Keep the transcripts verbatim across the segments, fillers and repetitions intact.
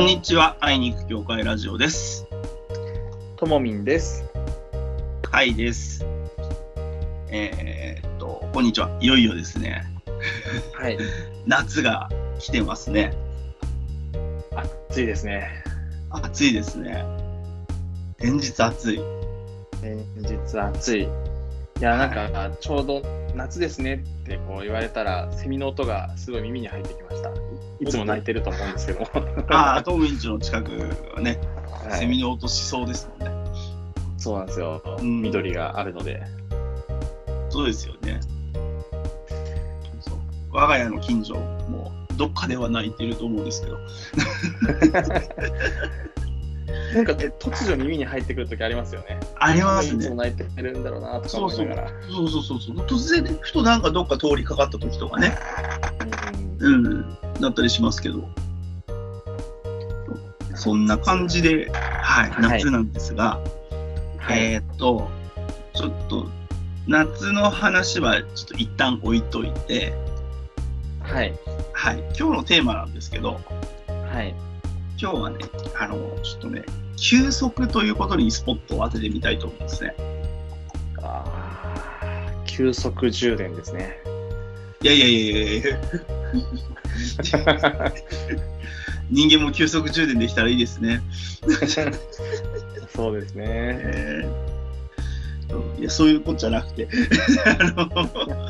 んにちは、会いに行く教会ラジオです。 ともみんです。 はいです。えー、っと、こんにちは。いよいよですね。 はい。 夏が来てますね。 暑いですね。 暑いですね。連日暑い。 連日暑い。いや、なんか、ちょうど夏ですねってこう言われたら、セミの音がすごい耳に入ってきました。いつも鳴いてると思うんですけど。 ああ、トミンチの近くはね、 はい、 セミの音しそうですもんね。 そうなんですよ。 うん、 緑があるので。そうですよね。そう、我が家の近所もどっかでは鳴いてると思うんですけど。 なんか、ね、突如耳に入ってくるときありますよね。 ありますね。 いつも鳴いてるんだろうなとか思いながら。 そうそうそうそう。突然ね、ふとなんかどっか通りかかったときとかね。うん、うん、だったりしますけど。そんな感じで、はい、夏なんですが、はい、えー、っと、ちょっと、夏の話はちょっと一旦置いといて、 はい。 はい、今日のテーマなんですけど、 はい。 今日はね、あの、ちょっとね、休息ということにスポットを当ててみたいと思うんですね。 ああ、急速充電ですね。 いやいやいやいやいや人間も急速充電できたらいいですね。 そうですね、 えー。いや、そういうことじゃなくて、あの、はい、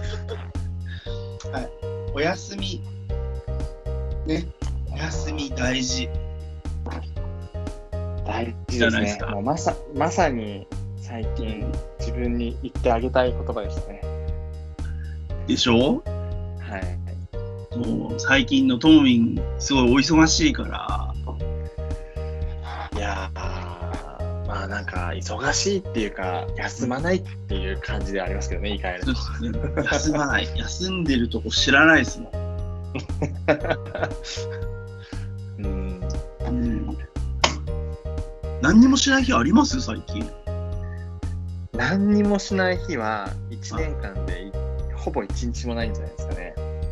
お休み、ね、お休み大事。 大事ですね。もうまさ、まさに最近自分に言ってあげたい言葉でしたね。でしょ？はい。もう最近のトモミンすごいお忙しいから。 いやー、まあなんか忙しいっていうか休まないっていう感じでありますけどね、言い換えると。 そうですね。休まない。休んでるとこ知らないですもん。うん。うん。何にもしない日あります最近？ 何にもしない日はいちねんかんでほぼいちにちもないんじゃないですかね。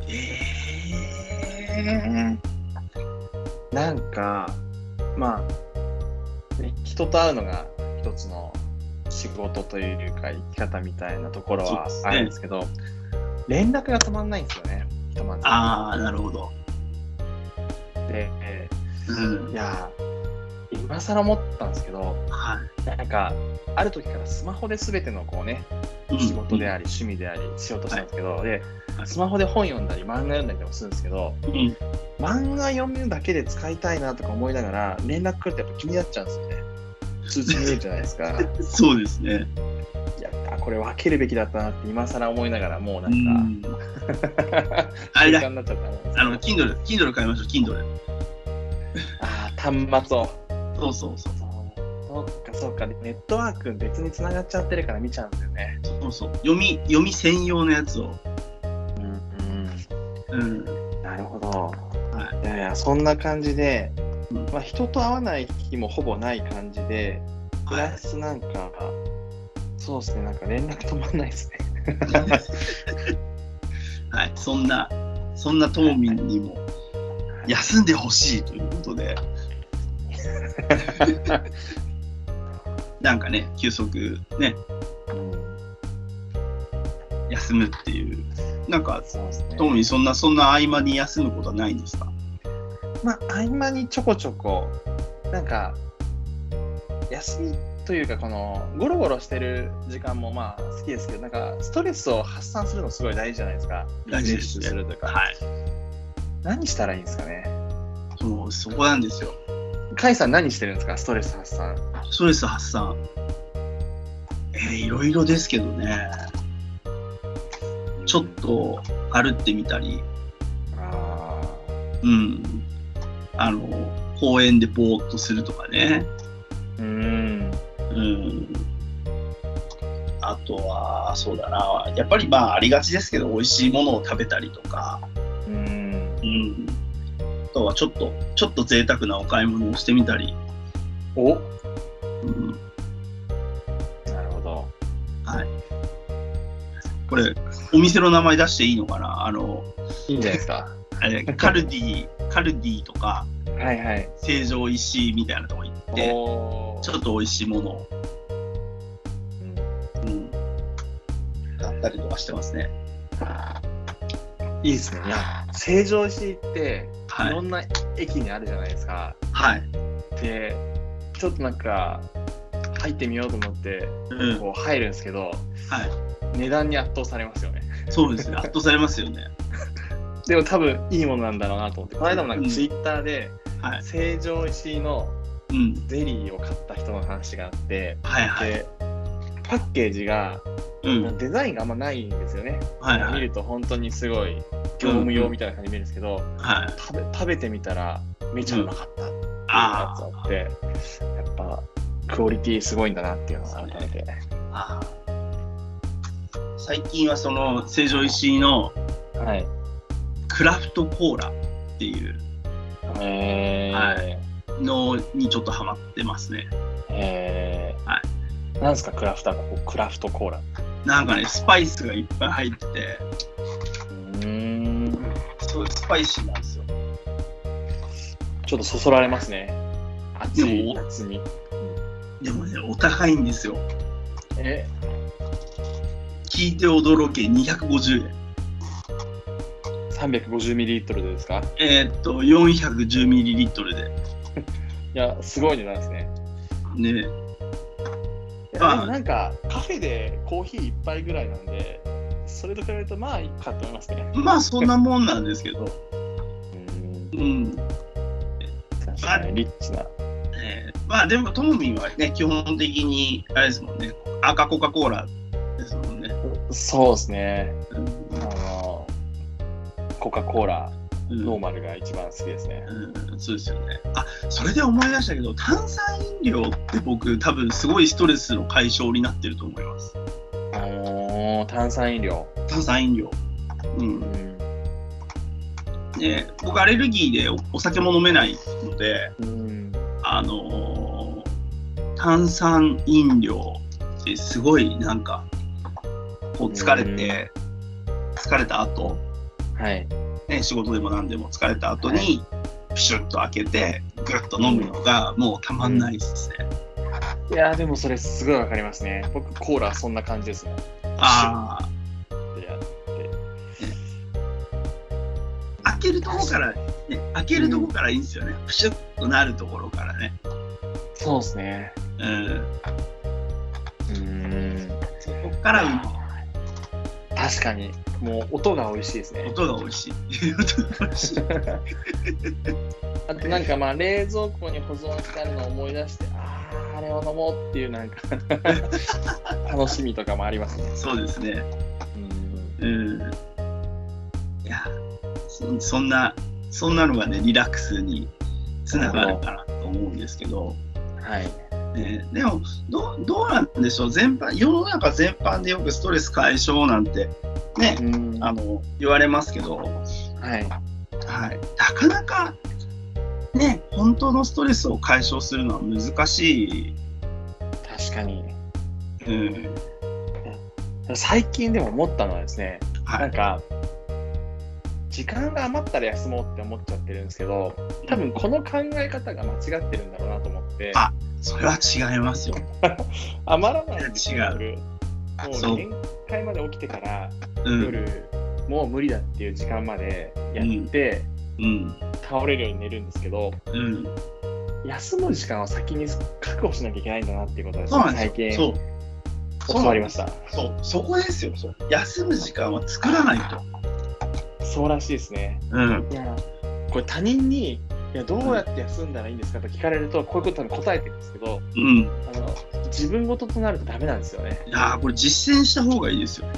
えー、なんかまあ、ね、人と会うのが一つの仕事というか生き方みたいなところはあるんですけど、ね、連絡が止まんないんですよね、ひとまず。 ああ、なるほど。 で、えーうん、いや今更思ったんですけど、はい、なんかある時からスマホで全てのこうね、うん、仕事であり趣味でありしようとしたんですけど、はい、でスマホで本読んだり漫画読んだりでもするんですけど、うん、漫画読むだけで使いたいなとか思いながら連絡来るとやっぱ気になっちゃうんですよね。通知見えるじゃないですか。 そうですね。 いやこれ分けるべきだったなって今更思いながらもうなんか、うん、 あれだ、あの Kindle Kindle 買いましょう。 Kindle。 ああ、端末を。 そうそうそう。 そうかそうか、ネットワーク別に繋がっちゃってるから見ちゃうんですよね。 そうそう。読み読み専用のやつを。 うんうん。うん。なるほど。はい。いやいや、そんな感じで、うん、まあ人と会わない日もほぼない感じで、プラスなんか、はい、そうですね、なんか連絡止まんないですね。 はい、そんなそんなトモミンにも休んでほしいということで。なんかね、休息ね、うん、休むっていう、なんか、ね、トモミンそんなそんな合間に休むことはないんですか？ まあ合間にちょこちょこなんか休みというかこのゴロゴロしてる時間もまあ好きですけど、なんかストレスを発散するのすごい大事じゃないですか。 大事ですね。 するというか、はい、何したらいいんですかね。 そう、そこなんですよ。 カイさん何してるんですか？ストレス発散。 ストレス発散。えー、いろいろですけどね。ちょっと歩ってみたり。あうん。あの公園でぼーっとするとかね。うん。うん。あとはそうだな。やっぱりまあありがちですけど、美味しいものを食べたりとか。うん。うん。あとはちょっとちょっと贅沢なお買い物をしてみたり。お。うん。なるほど。はい。これお店の名前出していいのかな？あのいいんじゃないですか。 あれカルディカルディとか、 はいはい、 成城石井みたいなとこ行って、ちょっと美味しいものを、うんうん、買ったりとかしてますね。 いいですね。いや、成城石井っていろんな駅にあるじゃないですか。 はい。 で、ちょっとなんか入ってみようと思って、うん、こう入るんですけど、はい、値段に圧倒されますよね。 そうですね。圧倒されますよね。 でも多分いいものなんだろうなと思って、この間もなんかツイッターで、うんはい、成城石井のゼリーを買った人の話があって、うんはいはい、でパッケージが、うん、デザインがあんまないんですよね。はいはい、見ると本当にすごい業務用みたいな感じに見えるんですけど、うんはい、食べ、食べてみたらめちゃうまかったっていうやつあって、うん、やっぱクオリティすごいんだなっていうのを改めて。あ最近はその成城石井の、はい、クラフトコーラっていう、えーはい、のにちょっとハマってますね。 えーはい、なんですかクラフトクラフトコーラ？ なんかねスパイスがいっぱい入ってて、うーんすごいスパイシーなんですよ。 ちょっとそそられますね。暑い夏に。 でもねお高いんですよ。 え？ 聞いて驚けにひゃくごじゅうえん。 さんびゃくごじゅうミリリットルでですか？ えー、っとよんひゃくじゅうミリリットルで。 いやすごい値段ですね。 ねえ。 いやでもなんかカフェでコーヒー一杯ぐらいなんで、それと比べるとまあいいかと思いますね。 まあそんなもんなんですけど。うん。うん。 確かにリッチな。 えー、まあでもトモミンはね基本的にあれですもんね。赤コカ・コーラですもんね。 そうですね。うん、あのコカ・コーラ、うん、ノーマルが一番好きですね、 うん。そうですよね。あ、それで思い出したけど、炭酸飲料って僕多分すごいストレスの解消になってると思います。 あの炭酸飲料。 炭酸飲料。うん。うんね、僕アレルギーで お, お酒も飲めないので、うん、あのー、炭酸飲料ってすごいなんかこう疲れて、うん、疲れた後、はいね、仕事でも何でも疲れた後にプシュッと開けてグッと飲むのがもうたまんないですね、 うん、いやでもそれすごいわかりますね。僕コーラそんな感じですね。 ああ開けるところから、ね、開けるところからいいんですよね、うん、プシュッとなるところからね。 そうですね。 うん。うん。そこからうまい。確かに、もう音が美味しいですね。 音が美味しい。音が美味しい。 あとなんかまあ冷蔵庫に保存してあるのを思い出して、あああれを飲もうっていうなんか楽しみとかもありますね。 そうですね。うん。うん。いや。そ, そんなそんなのがねリラックスにつながるかなと思うんですけど、はいね、でも ど, どうなんでしょう。全般世の中全般でよくストレス解消なんてね、うん、あの言われますけど、はいはい、なかなかね本当のストレスを解消するのは難しい。 確かに、うん、最近でも思ったのはですね、はい、なんか時間が余ったら休もうって思っちゃってるんですけど、多分この考え方が間違ってるんだろうなと思って。 あ、それは違いますよ。 余らないんですよ。 違う。 もう限界まで起きてから、うん、夜もう無理だっていう時間までやって、うんうん、倒れるように寝るんですけど、うん、休む時間を先に確保しなきゃいけないんだなっていうことですね。最近そう教わりました。 そう、そこですよ。そう、休む時間は作らないと。 そうらしいですね。うん、いやこれ他人にいやどうやって休んだらいいんですかと聞かれるとこういうことに答えてるんですけど、うん、あの自分事となるとダメなんですよね。 いやこれ実践した方がいいですよ。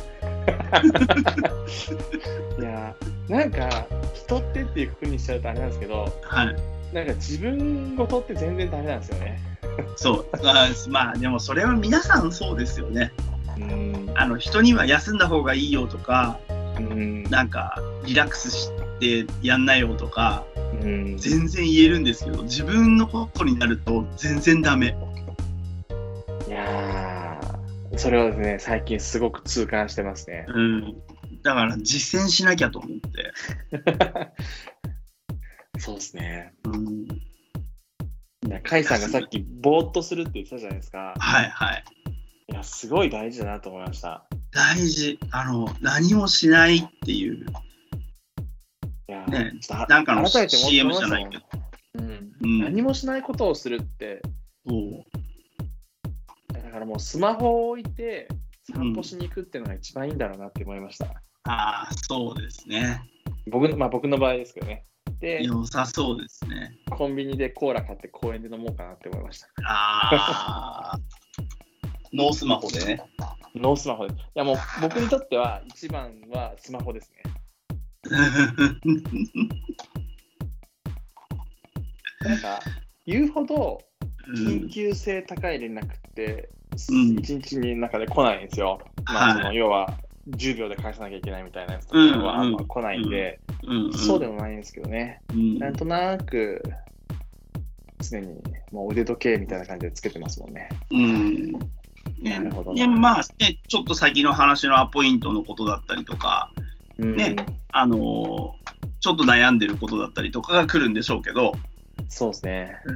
いやなんか人ってっていうくくりにしちゃうとあれなんですけど、はい、なんか自分事って全然ダメなんですよね。 そうあまあでもそれは皆さんそうですよね。うんあの人には休んだ方がいいよとか。うん、なんかリラックスしてやんなよとか、うん、全然言えるんですけど自分のことになると全然ダメ。 いやーそれはですね最近すごく痛感してますね、 うん、だから実践しなきゃと思ってそうですね。 うん。 いや、カイさんがさっきぼーっとするって言ってたじゃないですか。 はいはい。 いや、すごい大事だなと思いました。 大事。あの、何もしないっていう。 いや、 ね、なんかの シーエム じゃないけど。 うんうん、何もしないことをするって、 そうだからもうスマホを置いて散歩しに行くっていうのが一番いいんだろうなって思いました。うん、 ああ、そうですね。 僕の、まあ僕の場合ですけどね。で、 良さそうですね。 コンビニでコーラ買って公園で飲もうかなって思いました。 ああ。ノースマホでね。 ノースマホで。いやもう僕にとっては一番はスマホですね。なんか言うほど緊急性高い連絡っていちにちの中で来ないんですよ。うん、まあその要はじゅうびょうで返さなきゃいけないみたいなやつとかはあんま来ないんで、うんうん、そうでもないんですけどね。うん、なんとなく常にもう腕時計みたいな感じでつけてますもんね。 うん。ね、なるほどね。まあね、ちょっと先の話のアポイントのことだったりとか、うん、ね、あのー、ちょっと悩んでることだったりとかが来るんでしょうけど、 そうですね。 うん、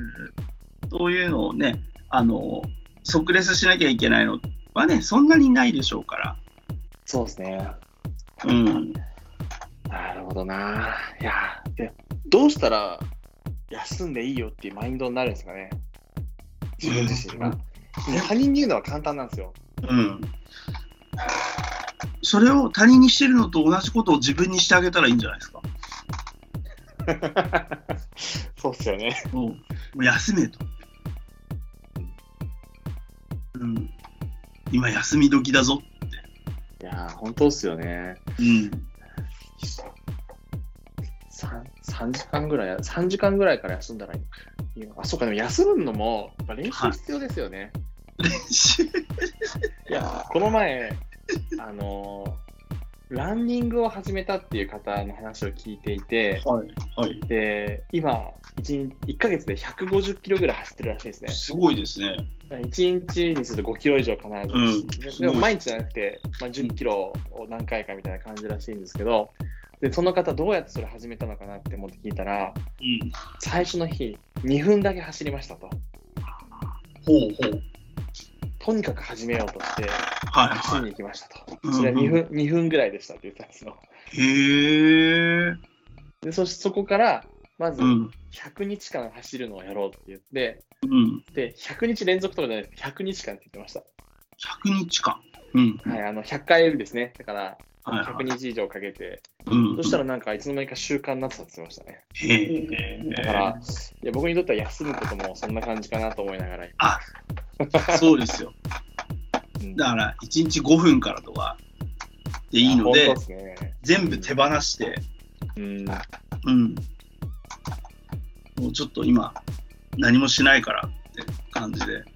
そういうのをね、あのー、即レスしなきゃいけないのはね、そんなにないでしょうから。 そうですね。 うん。 なるほどな。いや、でどうしたら休んでいいよっていうマインドになるんですかね。自分自身が。うん、他人に言うのは簡単なんですよ。 うん。それを他人にしてるのと同じことを自分にしてあげたらいいんじゃないですか。 そうっすよね。 もう、もう休めと。うん。今休み時だぞって。 いやー、本当っすよね。 うん。 3, 3時間ぐらい、さんじかんぐらいから休んだらいい。あ、そうか、でも休むのもやっぱ練習必要ですよね。 練習いや、この前、あのー、ランニングを始めたっていう方の話を聞いていて、 はいはい、 で今1, いっかげつでひゃくごじゅっキロぐらい走ってるらしいですね。 すごいですね。 いちにちにするとごキロ以上必ず、うん、でも毎日じゃなくて、まあ、じゅっキロを何回かみたいな感じらしいんですけど、でその方どうやってそれ始めたのかなって思って聞いたら、うん、最初の日にふんだけ走りましたと。 ほうほう。 とにかく始めようとして走りに行きましたと。はいはい、それはにふん、うんうん、にふんぐらいでしたって言ったんですよ。 へー。 で そ, そこからまずひゃくにちかん走るのをやろうって言って、うん、でひゃくにち連続とかじゃないです。ひゃくにちかんって言ってました。 ひゃくにちかん、うんはい、あのひゃっかいですね。だからひゃくにち以上かけて、はいはい、そしたらなんかいつの間にか習慣になってたって言ってましたね。 へー。 だからいや僕にとっては休むこともそんな感じかなと思いながら。 あ、そうですよ。だからいちにちごふんからとかでいいので、 ね、 全部手放して、うん、うん、もうちょっと今何もしないからって感じで、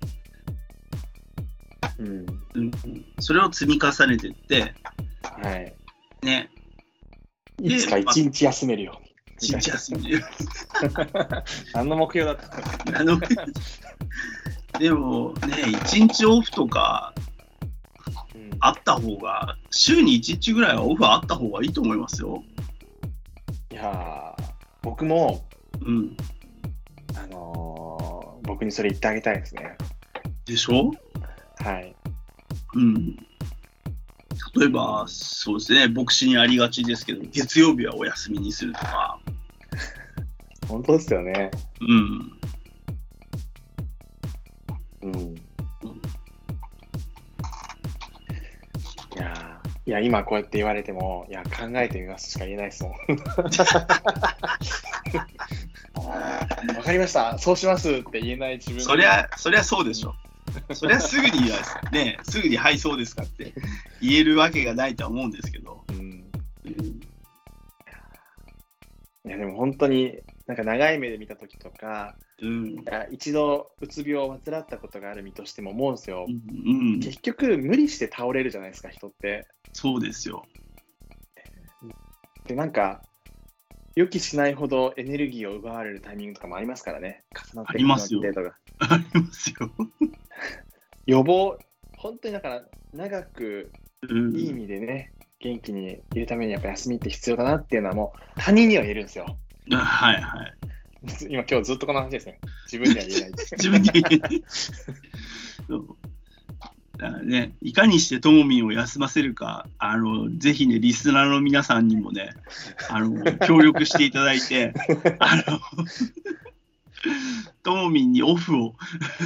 うんうん、それを積み重ねていって、 はい、 ね、 いつかいちにち休めるように。 いちにち休めるように。 何の目標だった何の目標でもね、いちにちオフとかあった方が、週にいちにちぐらいはオフあった方がいいと思いますよ。 いやー、僕も、 うん、 あのー、僕にそれ言ってあげたいですね。 でしょ？ はい。 うん。例えば、そうですね、牧師にありがちですけど、月曜日はお休みにするとか。 本当ですよね。 うん。 うん。いや、いや今こうやって言われても、いや考えてみますしか言えないですもん。わかりました、そうしますって言えない自分。 そりゃそりゃそうでしょ。そりゃすぐにね、すぐにはいそうですかって言えるわけがないとは思うんですけど。うんうん、 いやでも本当になんか長い目で見た時とか、うん、いや一度うつ病を患ったことがある身としても思うんですよ、うんうん、結局無理して倒れるじゃないですか、人って。 そうですよ。 でなんか予期しないほどエネルギーを奪われるタイミングとかもありますからね。重なってありますよ。ありますよ。 予防、本当にだから長くいい意味でね、うん、元気にいるためにやっぱ休みって必要だなっていうのはもう他人には言えるんですよ。 はいはい。 今今日ずっとこの話ですね。自分には言えない。 自分には言えない。そうだからね、いかにしてともみんを休ませるか、あのぜひね、リスナーの皆さんにもね、あの協力していただいて、あのともみんにオフを。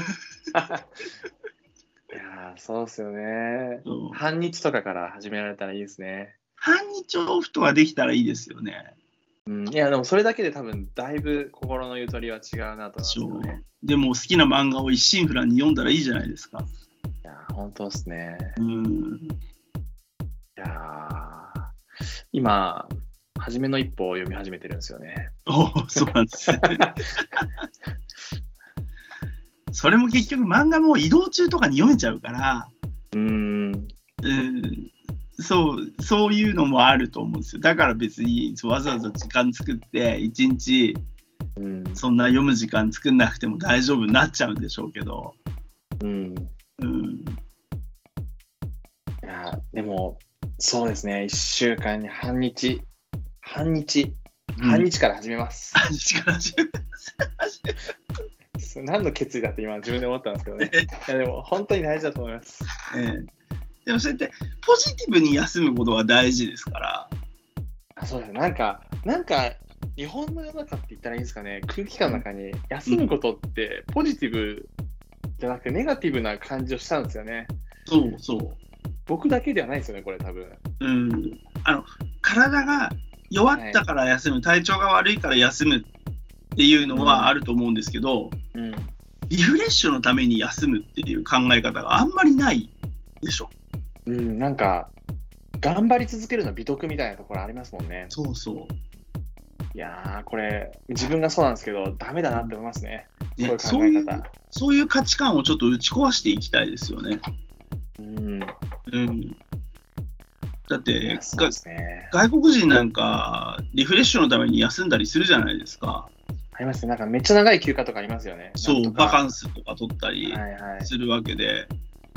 いやそうですよね。半日とかから始められたらいいですね。 半日オフとかできたらいいですよね。 うん、いやでもそれだけで多分だいぶ心のゆとりは違うなと思いますね。 でも好きな漫画を一心不乱に読んだらいいじゃないですか。 いや本当ですね。 うん。 いや今初めの一歩を読み始めてるんですよね。 おそうなんですね。それも結局漫画も移動中とかに読めちゃうから、 うーん、 うんそうそういうのもあると思うんですよ。だから別にわざわざ時間作っていちにちそんな読む時間作んなくても大丈夫になっちゃうんでしょうけど、 うんうん、いやでもそうですね、いっしゅうかんに半日半日、うん、半日から始めます。 半日から始めます。 何の決意だって今自分で思ったんですけどね。いやでも本当に大事だと思います。 ええでもそうやってポジティブに休むことは大事ですから。 あそうですね。なんか、なんか日本の世の中って言ったらいいんですかね、空気感の中に休むことってポジティブじゃなくてネガティブな感じをしたんですよね。 そうそう。 僕だけではないですよね、これ多分。 うん。あの、体が弱ったから休む、はい、体調が悪いから休むっていうのはあると思うんですけど、うんうん、リフレッシュのために休むっていう考え方があんまりないでしょ。 うん、なんか頑張り続けるの美徳みたいなところありますもんね。 そうそう。 いやーこれ自分がそうなんですけどダメだなって思いますね。 ね、そういう考え方、そういう、そういう価値観をちょっと打ち壊していきたいですよね。うん。うん。だって、ね、外国人なんかリフレッシュのために休んだりするじゃないですか。 ありますね。なんかめっちゃ長い休暇とかありますよね。 そう、バカンスとか取ったりするわけで。はいはい、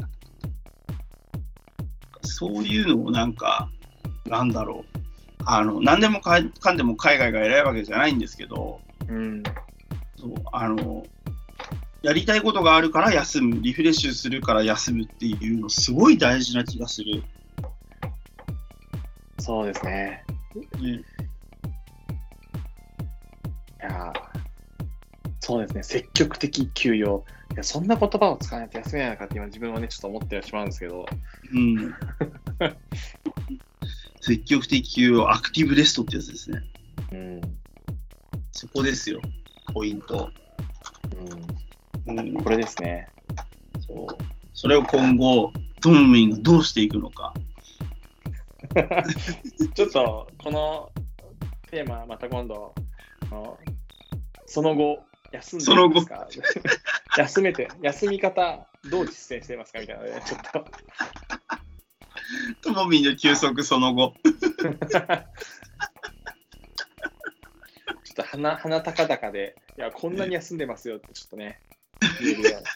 そういうのをなんか、なんだろう、あの何でもかんでも海外が偉いわけじゃないんですけど、うん、そうあのやりたいことがあるから休む、リフレッシュするから休むっていうのすごい大事な気がする。 そうですね。ねいやそうですね、積極的休養。いやそんな言葉を使わないと休めないのかって今自分はねちょっと思ってはしまうんですけど、うん、 積極的休養、アクティブレストってやつですね、うん、そこですよポイント、 うんうん、これですね。 そうそれを今後トムミンがどうしていくのかちょっとこのテーマまた今度その後休んでるんですか休めて休み方どう実践してますかみたいなのでちょっとともみんの休息その後ちょっと鼻鼻高々でいやこんなに休んでますよってちょっとね言えるよう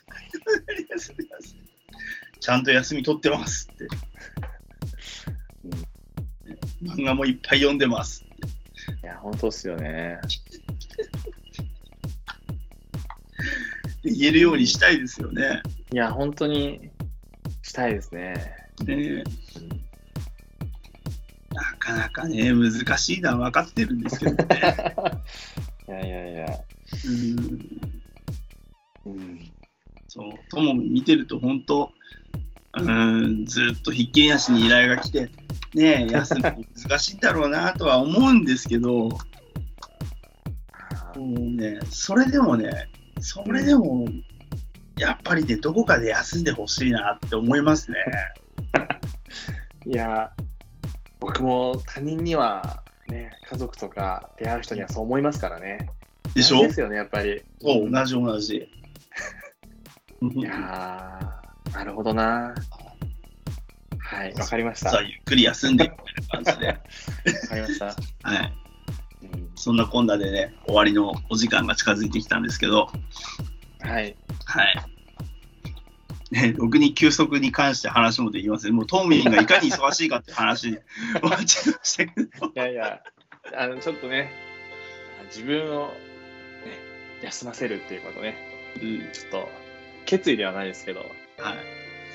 ちゃんと休み取ってますって、うん、漫画もいっぱい読んでますって。 いや本当っすよね言えるようにしたいですよね。 いや本当にしたいですね。ねなかなかね難しいのは分かってるんですけどね。 いやいやいや。 うん。うん。そうとも見てると本当うんずっとひっきりなしに依頼が来てね休むの難しいんだろうなとは思うんですけど、もうねそれでもね。それでもやっぱりねどこかで休んでほしいなって思いますね。 いや僕も他人にはね家族とか出会う人にはそう思いますからね。 でしょ？ ですよねやっぱり。 そう同じ同じ。 いやなるほどな。はいわかりました。 さあゆっくり休んでいくみたいな感じで。わかりました。 はい。そんなこんなでね終わりのお時間が近づいてきたんですけど、 はいはいね、ろくに休息に関して話もできません。もうトーミンがいかに忙しいかって話に終わっちゃいましたけど。いやいやあのちょっとね自分を、ね、休ませるっていうことね、 うん、 ちょっと決意ではないですけど、 はい、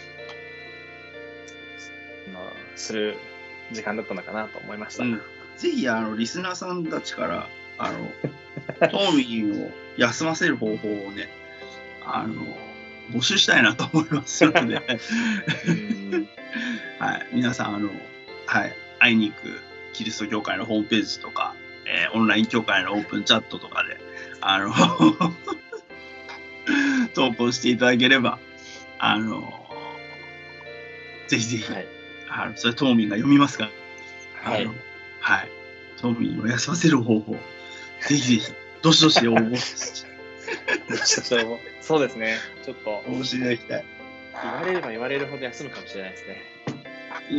のする時間だったのかなと思いました。うん、 ぜひあのリスナーさんたちからあのトーミンを休ませる方法をね、あの募集したいなと思いますので、はい、皆さんあの、はい、会いに行くキリスト教会のホームページとか、えー、オンライン教会のオープンチャットとかであの投稿していただければ、あのぜひぜひ、はい、あのそれトーミンが読みますから、はい、はい、トーミンを休ませる方法、ぜひぜひどしどし応募そうですね、ちょっと応募していただきたい。 言われれば言われるほど休むかもしれないですね。 うん、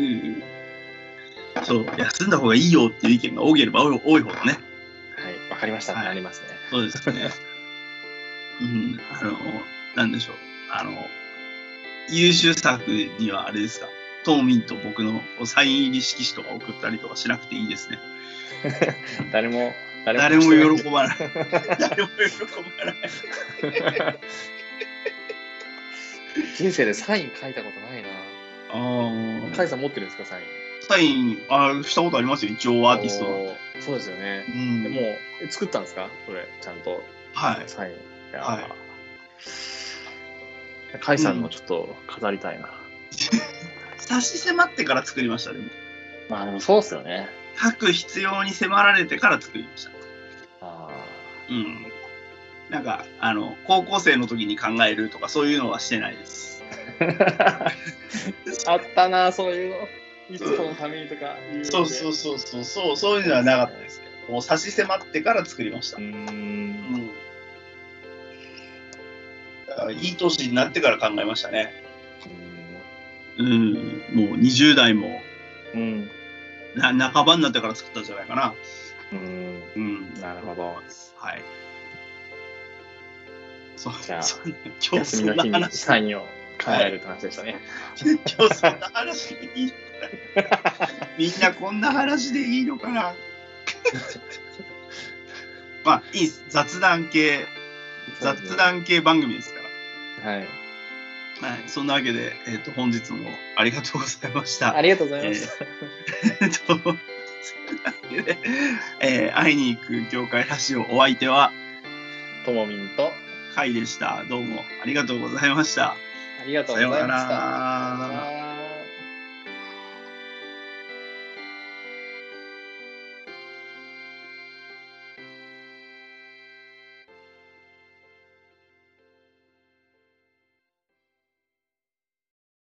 そう、休んだ方がいいよっていう意見が多ければ多いほどね。 はい、わかりました、はい、なりますね。 そうですね。うん、あの、なんでしょう。あの、優秀作にはあれですか、トーミンと僕のサイン入り色紙とか送ったりとかしなくていいですね。 誰も、 誰も喜ばない。誰も喜ばない。 人生でサイン書いたことないな。 ああ。 カイさん持ってるんですか、サイン。 サイン、あしたことありますよ、一応アーティストの。 そうですよね。うん、でもう作ったんですか、それ、ちゃんと。 はい。 サイン。 はい。 カイさんのちょっと飾りたいな。 差し迫ってから作りました、でも。 まあでもそうっすよね。 書く必要に迫られてから作りました。 ああ。 うん。なんか、あの、高校生の時に考えるとか、そういうのはしてないです。 あったな、そういうの。いつこのためにとか言う。 そうそうそうそうそう、そういうのはなかったですね。もう差し迫ってから作りました。うん。うん。だからいい年になってから考えましたね。うん。もうにじゅう代も、うん。な半ばになってから作ったんじゃないかな。 うん。うん。なるほど。 はい。 そうじゃあ、今日休みの日にサインを考えるって話でしたね。 今日そんな話でいいのかな。みんなこんな話でいいのかな。まあ、いい雑談系、雑談系番組ですから。はい。はい。 そんなわけで、えっと、本日もありがとうございました。 ありがとうございました。 えっと、そんなわけで、えー、会いに行く教会ラジオ、お相手は、 ともみんと、 カイでした。どうもありがとうございました。 ありがとうございました。 さようなら。